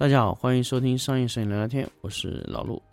大家好，欢迎收听商业摄影聊聊天，我是老陆。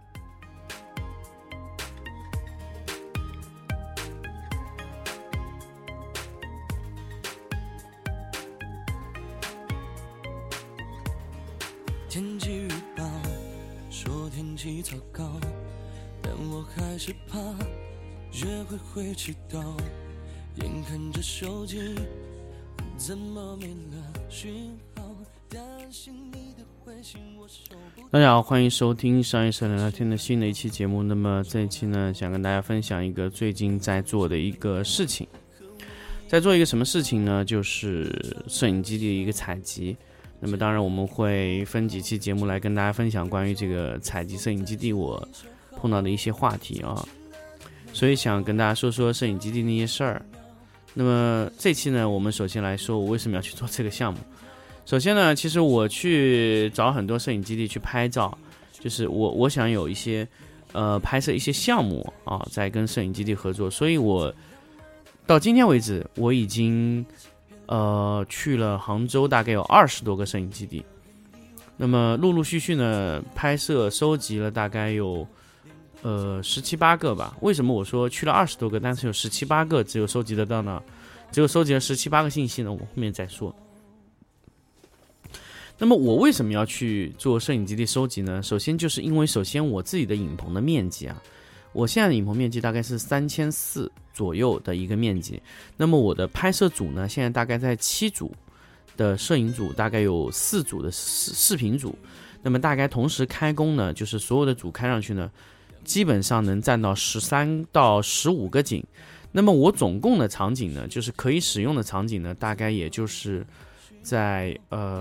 天气预报说天气糟糕，但我还是怕约会迟到，眼看着手机怎么没了讯号，担心你的回信我收不到。 大家好，欢迎收听商业摄影聊聊天的新的一期节目。那么这一期呢，想跟大家分享一个最近在做的一个事情。在做一个什么事情呢？就是摄影基地的一个采集。那么当然我们会分几期节目来跟大家分享关于这个采集摄影基地我碰到的一些话题啊，所以想跟大家说说摄影基地那些事儿。那么这期呢，我们首先来说我为什么要去做这个项目。首先呢，其实我去找很多摄影基地去拍照，就是我想有一些拍摄一些项目啊，在跟摄影基地合作，所以我到今天为止我已经去了杭州大概有20多个摄影基地，那么陆陆续续呢拍摄收集了大概有17、18个吧。为什么我说去了20多个，但是有17、18个只有收集得到呢？只有收集了17、18个信息呢，我后面再说。那么我为什么要去做摄影基地收集呢？首先我自己的影棚的面积啊，我现在的影棚面积大概是3400左右的一个面积。那么我的拍摄组呢，现在大概在7组的摄影组，大概有4组的视频组。那么大概同时开工呢，就是所有的组开上去呢，基本上能占到13到15个景。那么我总共的场景呢，就是可以使用的场景呢，大概也就是在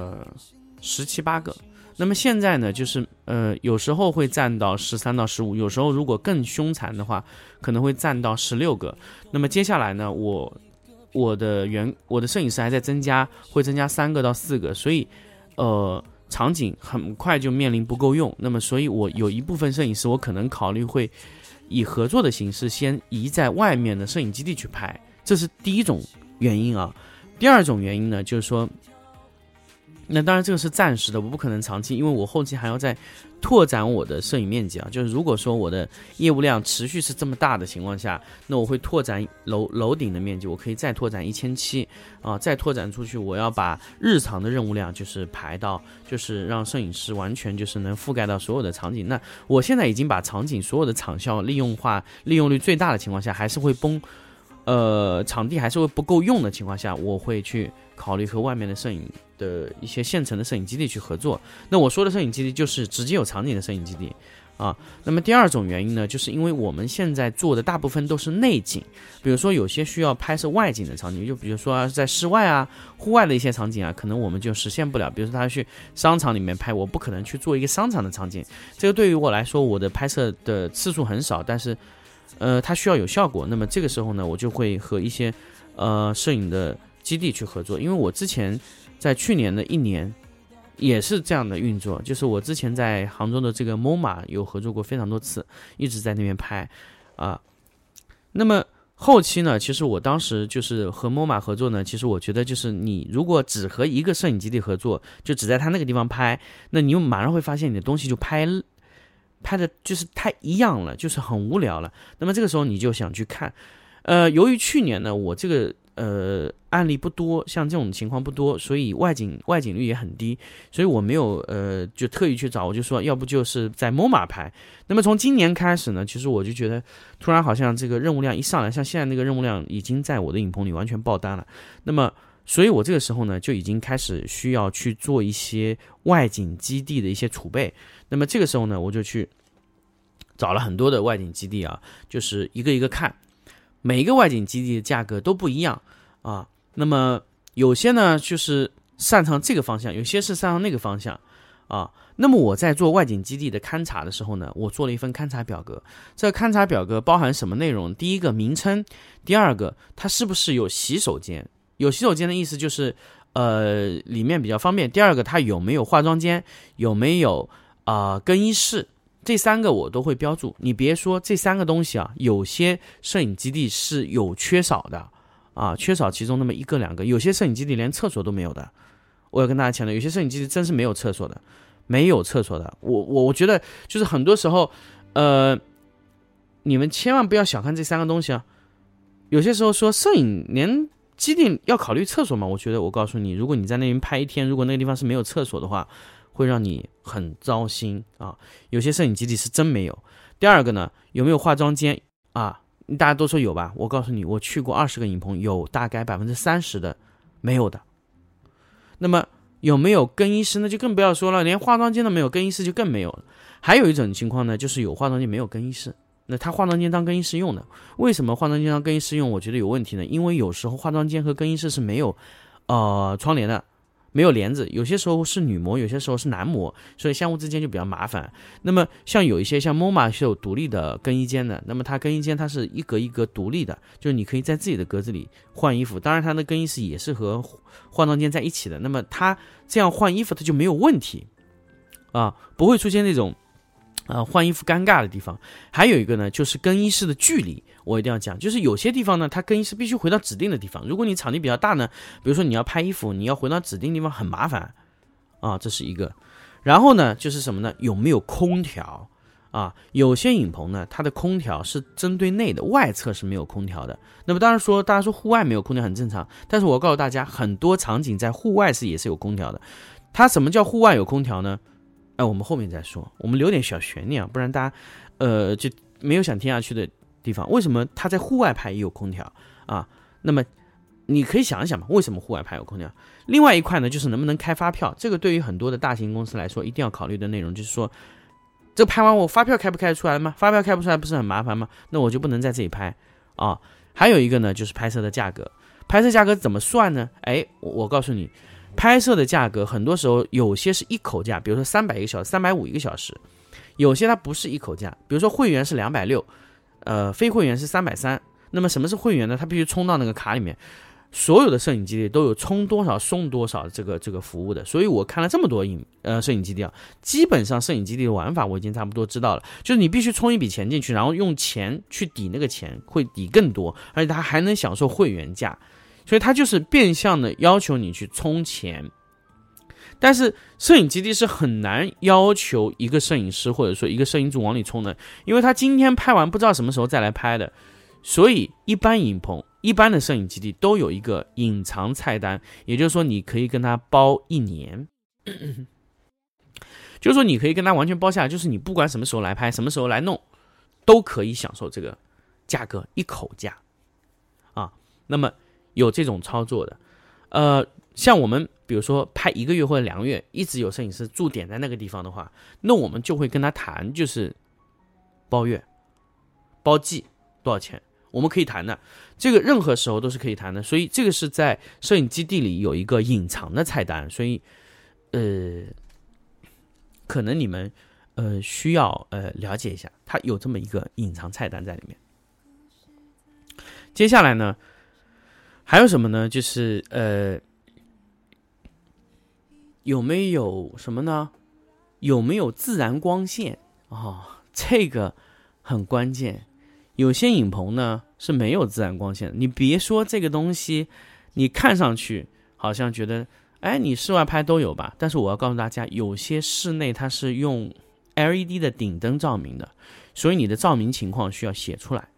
17、18个。那么现在呢，就是有时候会占到13到15，有时候如果更凶残的话，可能会占到16个。那么接下来呢，我的摄影师还在增加，会增加3个到4个，所以场景很快就面临不够用。那么所以我有一部分摄影师，我可能考虑会以合作的形式先移在外面的摄影基地去拍，这是第一种原因啊。第二种原因呢，就是说，那当然这个是暂时的，我不可能长期，因为我后期还要再拓展我的摄影面积啊。就是如果说我的业务量持续是这么大的情况下，那我会拓展楼顶的面积，我可以再拓展1700啊，再拓展出去，我要把日常的任务量就是排到，就是让摄影师完全就是能覆盖到所有的场景。那我现在已经把场景所有的场效利用率最大的情况下，还是会场地还是会不够用的情况下，我会去考虑和外面的摄影的一些现成的摄影基地去合作。那我说的摄影基地就是直接有场景的摄影基地啊。那么第二种原因呢，就是因为我们现在做的大部分都是内景，比如说有些需要拍摄外景的场景，就比如说在室外啊、户外的一些场景啊，可能我们就实现不了。比如说他去商场里面拍，我不可能去做一个商场的场景，这个对于我来说，我的拍摄的次数很少，但是它需要有效果。那么这个时候呢，我就会和一些摄影的基地去合作。因为我之前在去年的1年也是这样的运作，就是我之前在杭州的这个 MoMA 有合作过非常多次，一直在那边拍啊。那么后期呢，其实我当时就是和 MoMA 合作呢，其实我觉得就是你如果只和一个摄影基地合作，就只在他那个地方拍，那你马上会发现你的东西就拍的就是太一样了，就是很无聊了。那么这个时候你就想去看，由于去年呢我这个案例不多，像这种情况不多，所以外景率也很低，所以我没有就特意去找，我就说要不就是在 MoMA 拍。那么从今年开始呢，其实我就觉得突然好像这个任务量一上来，像现在那个任务量已经在我的影棚里完全爆单了。那么所以我这个时候呢就已经开始需要去做一些外景基地的一些储备。那么这个时候呢，我就去找了很多的外景基地啊，就是一个一个看，每一个外景基地的价格都不一样啊。那么有些呢就是擅长这个方向，有些是擅长那个方向啊。那么我在做外景基地的勘察的时候呢，我做了一份勘察表格。这个勘察表格包含什么内容？第一个名称，第二个它是不是有洗手间？有洗手间的意思就是里面比较方便。第二个它有没有化妆间，有没有更衣室，这3个我都会标注。你别说这3个东西啊，有些摄影基地是有缺少的啊，缺少其中那么1个2个，有些摄影基地连厕所都没有的我要跟大家强调，有些摄影机真是没有厕所的，没有厕所的。我觉得就是很多时候，你们千万不要小看这3个东西啊。有些时候说摄影连基地要考虑厕所嘛，我觉得我告诉你，如果你在那边拍一天，如果那个地方是没有厕所的话，会让你很糟心啊。有些摄影基地是真没有。第二个呢，有没有化妆间啊？大家都说有吧？我告诉你，我去过20个影棚，有大概30%的没有的。那么有没有更衣室呢？就更不要说了，连化妆间都没有，更衣室就更没有了。还有一种情况呢，就是有化妆间没有更衣室，那他化妆间当更衣室用的。为什么化妆间当更衣室用？我觉得有问题呢，因为有时候化妆间和更衣室是没有窗帘的，没有帘子，有些时候是女模，有些时候是男模，所以相互之间就比较麻烦。那么像有一些像 MoMA 是有独立的更衣间的，那么它更衣间它是一格一格独立的，就是你可以在自己的格子里换衣服，当然它的更衣室也是和化妆间在一起的，那么它这样换衣服它就没有问题啊，不会出现那种换衣服尴尬的地方。还有一个呢，就是更衣室的距离，我一定要讲，就是有些地方呢，它更衣室必须回到指定的地方。如果你场地比较大呢，比如说你要拍衣服，你要回到指定地方很麻烦啊，这是一个。然后呢，就是什么呢？有没有空调啊？有些影棚呢，它的空调是针对内的，外侧是没有空调的。那么当然说，大家说户外没有空调很正常，但是我告诉大家，很多场景在户外也是有空调的。它什么叫户外有空调呢？我们后面再说，我们留点小悬念，不然大家就没有想听下去的地方。为什么他在户外拍也有空调啊？那么你可以想一想嘛，为什么户外拍有空调？另外一块呢，就是能不能开发票，这个对于很多的大型公司来说一定要考虑的内容，就是说这拍完我发票开不开得出来吗？发票开不出来不是很麻烦吗？那我就不能在这里拍啊。还有一个呢，就是拍摄的价格，拍摄价格怎么算呢？我告诉你。拍摄的价格很多时候有些是一口价，比如说300一个小时，350一个小时，有些它不是一口价，比如说会员是260，非会员是330。那么什么是会员呢？它必须充到那个卡里面，所有的摄影基地都有充多少送多少这个服务的。所以我看了这么多摄影基地啊，基本上摄影基地的玩法我已经差不多知道了，就是你必须充一笔钱进去，然后用钱去抵那个钱，会抵更多，而且它还能享受会员价。所以它就是变相的要求你去充钱，但是摄影基地是很难要求一个摄影师或者说一个摄影组往里充的，因为他今天拍完不知道什么时候再来拍的。所以一般影棚、一般的摄影基地都有一个隐藏菜单，也就是说你可以跟他包1年，就是说你可以跟他完全包下来，就是你不管什么时候来拍、什么时候来弄，都可以享受这个价格，一口价啊。那么有这种操作的，像我们比如说拍1个月或者2个月，一直有摄影师驻点在那个地方的话，那我们就会跟他谈，就是包月、包季多少钱，我们可以谈的，这个任何时候都是可以谈的。所以这个是在摄影基地里有一个隐藏的菜单，所以可能你们需要了解一下，它有这么一个隐藏菜单在里面。接下来呢？还有什么呢？就是有没有什么呢？有没有自然光线这个很关键。有些影棚呢是没有自然光线的。你别说这个东西，你看上去好像觉得，你室外拍都有吧？但是我要告诉大家，有些室内它是用 LED 的顶灯照明的，所以你的照明情况需要写出来。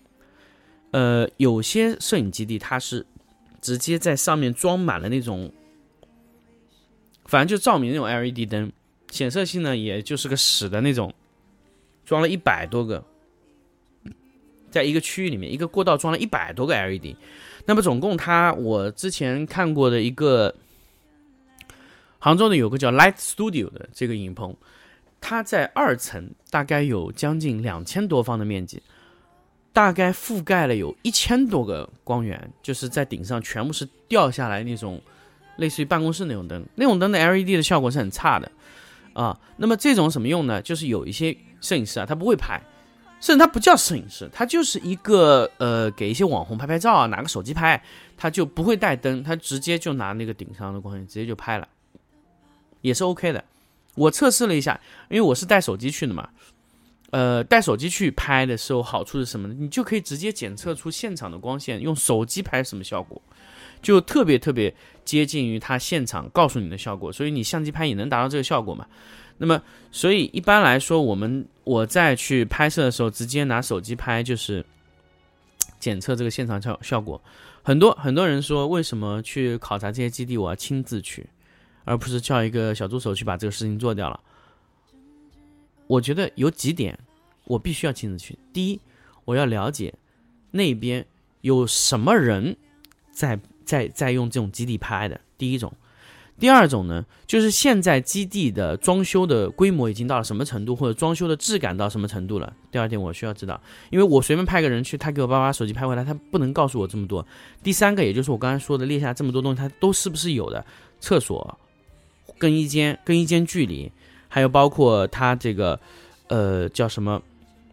有些摄影基地它是直接在上面装满了那种，反正就照明那种 LED 灯，显色器呢也就是个屎的那种，装了100多个，在一个区域里面，一个过道装了100多个 LED。那么总共我之前看过的一个杭州的有个叫 Light Studio 的这个影棚，它在2层大概有将近2000多方的面积。大概覆盖了有1000多个光源，就是在顶上全部是掉下来那种类似于办公室那种灯，那种灯的 LED 的效果是很差的啊。那么这种什么用呢？就是有一些摄影师他不会拍，甚至他不叫摄影师，他就是一个给一些网红拍拍照啊，拿个手机拍，他就不会带灯，他直接就拿那个顶上的光源直接就拍了，也是 OK 的。我测试了一下，因为我是带手机去的嘛。带手机去拍的时候，好处是什么呢？你就可以直接检测出现场的光线，用手机拍什么效果。 就特别特别接近于它现场告诉你的效果，所以你相机拍也能达到这个效果嘛。那么所以一般来说我在去拍摄的时候直接拿手机拍，就是检测这个现场效果。很多人说为什么去考察这些基地我要亲自去，而不是叫一个小助手去把这个事情做掉了。我觉得有几点我必须要亲自去。第一，我要了解那边有什么人在用这种基地拍的，第一种。第二种呢，就是现在基地的装修的规模已经到了什么程度，或者装修的质感到什么程度了。第二点我需要知道，因为我随便派个人去，他给我把手机拍回来，他不能告诉我这么多。第三个，也就是我刚才说的列下这么多东西，它都是不是有的，厕所、更衣间距离，还有包括它这个叫什么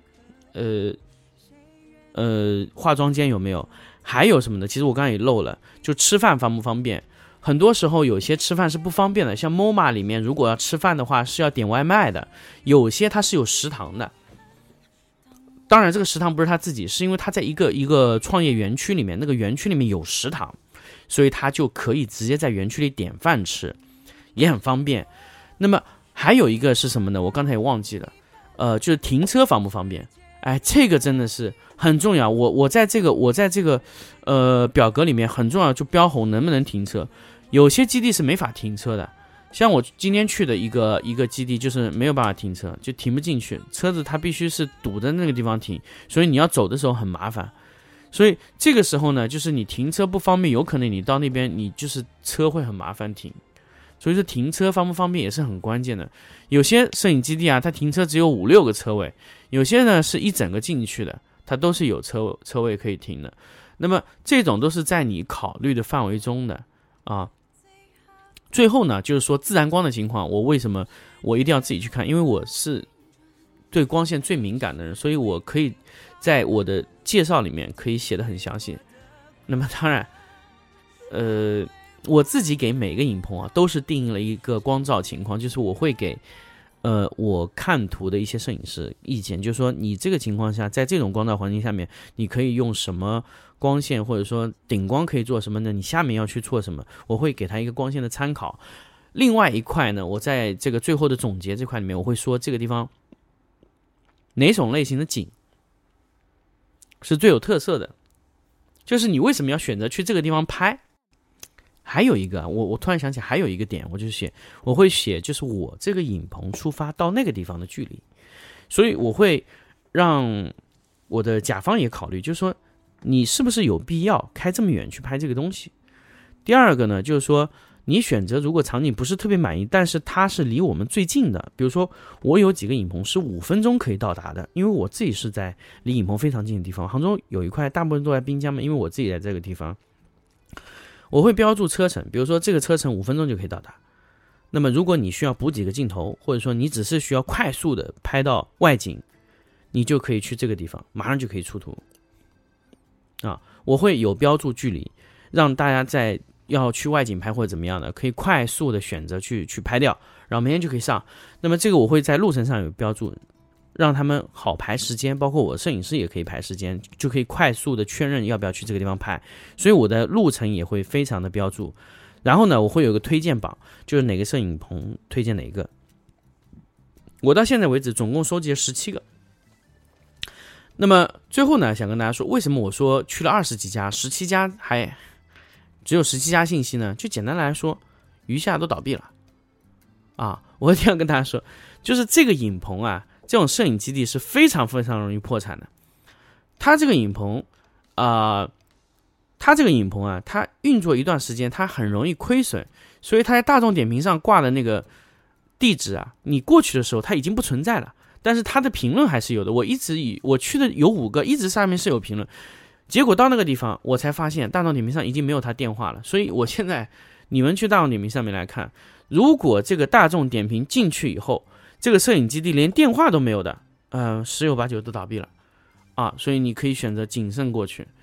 化妆间有没有，还有什么的，其实我刚才也漏了，就吃饭方不方便。很多时候有些吃饭是不方便的，像 MoMA 里面如果要吃饭的话是要点外卖的，有些它是有食堂的。当然这个食堂不是他自己，是因为他在一个创业园区里面，那个园区里面有食堂，所以他就可以直接在园区里点饭吃，也很方便。那么还有一个是什么呢？我刚才也忘记了，就是停车方不方便。哎，这个真的是很重要。我在这个表格里面很重要，就标红能不能停车。有些基地是没法停车的，像我今天去的一个基地就是没有办法停车，就停不进去，车子它必须是堵在那个地方停，所以你要走的时候很麻烦。所以这个时候呢，就是你停车不方便，有可能你到那边你就是车会很麻烦停。所以说停车方不方便也是很关键的。有些摄影基地啊，它停车只有5-6个车位，有些呢是一整个进去的，它都是有车位可以停的。那么这种都是在你考虑的范围中的啊。最后呢，就是说自然光的情况，为什么我一定要自己去看？因为我是对光线最敏感的人，所以我可以在我的介绍里面可以写得很详细。那么当然我自己给每个影棚啊都是定义了一个光照情况，就是我会给我看图的一些摄影师意见，就是说你这个情况下在这种光照环境下面你可以用什么光线，或者说顶光可以做什么呢，你下面要去做什么，我会给他一个光线的参考。另外一块呢，我在这个最后的总结这块里面，我会说这个地方哪种类型的景是最有特色的，就是你为什么要选择去这个地方拍。还有一个我突然想起还有一个点，我会写就是我这个影棚出发到那个地方的距离，所以我会让我的甲方也考虑，就是说你是不是有必要开这么远去拍这个东西。第二个呢，就是说你选择如果场景不是特别满意，但是它是离我们最近的，比如说我有几个影棚是5分钟可以到达的，因为我自己是在离影棚非常近的地方，杭州有一块大部分都在滨江嘛，因为我自己在这个地方，我会标注车程，比如说这个车程5分钟就可以到达。那么如果你需要补几个镜头，或者说你只是需要快速的拍到外景，你就可以去这个地方，马上就可以出图啊。我会有标注距离，让大家在要去外景拍或者怎么样的，可以快速的选择去拍掉，然后明天就可以上。那么这个我会在路程上有标注，让他们好排时间，包括我摄影师也可以排时间，就可以快速的确认要不要去这个地方拍，所以我的路程也会非常的标注。然后呢，我会有个推荐榜，就是哪个摄影棚推荐哪个。我到现在为止总共收集了17个。那么最后呢，想跟大家说，为什么我说去了20几家，17家还只有17家信息呢？就简单来说，余下都倒闭了啊！我一定要跟大家说，就是这个影棚啊，这种摄影基地是非常非常容易破产的。它这个影棚啊，它运作一段时间，它很容易亏损，所以它在大众点评上挂的那个地址啊，你过去的时候它已经不存在了，但是它的评论还是有的。我去的有5个，一直上面是有评论，结果到那个地方我才发现大众点评上已经没有他电话了。所以我现在你们去大众点评上面来看，如果这个大众点评进去以后，这个摄影基地连电话都没有的，10有8九都倒闭了啊，所以你可以选择谨慎过去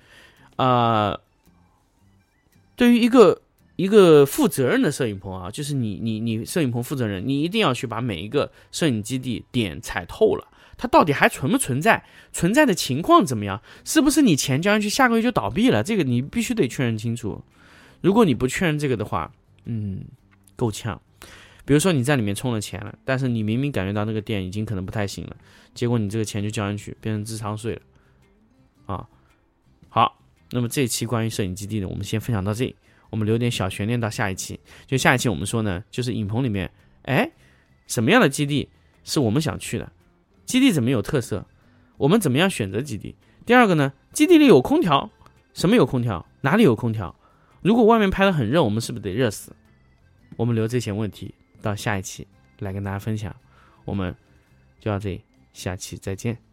对于一个负责任的摄影棚啊，就是你摄影棚负责人，你一定要去把每一个摄影基地点踩透了，它到底还存不存在，存在的情况怎么样，是不是你钱交上去下个月就倒闭了，这个你必须得确认清楚。 如果你不确认这个的话，够呛。比如说你在里面充了钱了，但是你明明感觉到那个电已经可能不太行了，结果你这个钱就交进去，变成智商税了啊。好，那么这一期关于摄影基地呢，我们先分享到这里，我们留点小悬念到下一期。就下一期我们说呢，就是影棚里面，什么样的基地是我们想去的？基地怎么有特色？我们怎么样选择基地？第二个呢，基地里有空调，什么有空调？哪里有空调？如果外面拍得很热，我们是不是得热死？我们留这些问题到下一期来跟大家分享，我们就到这里，下期再见。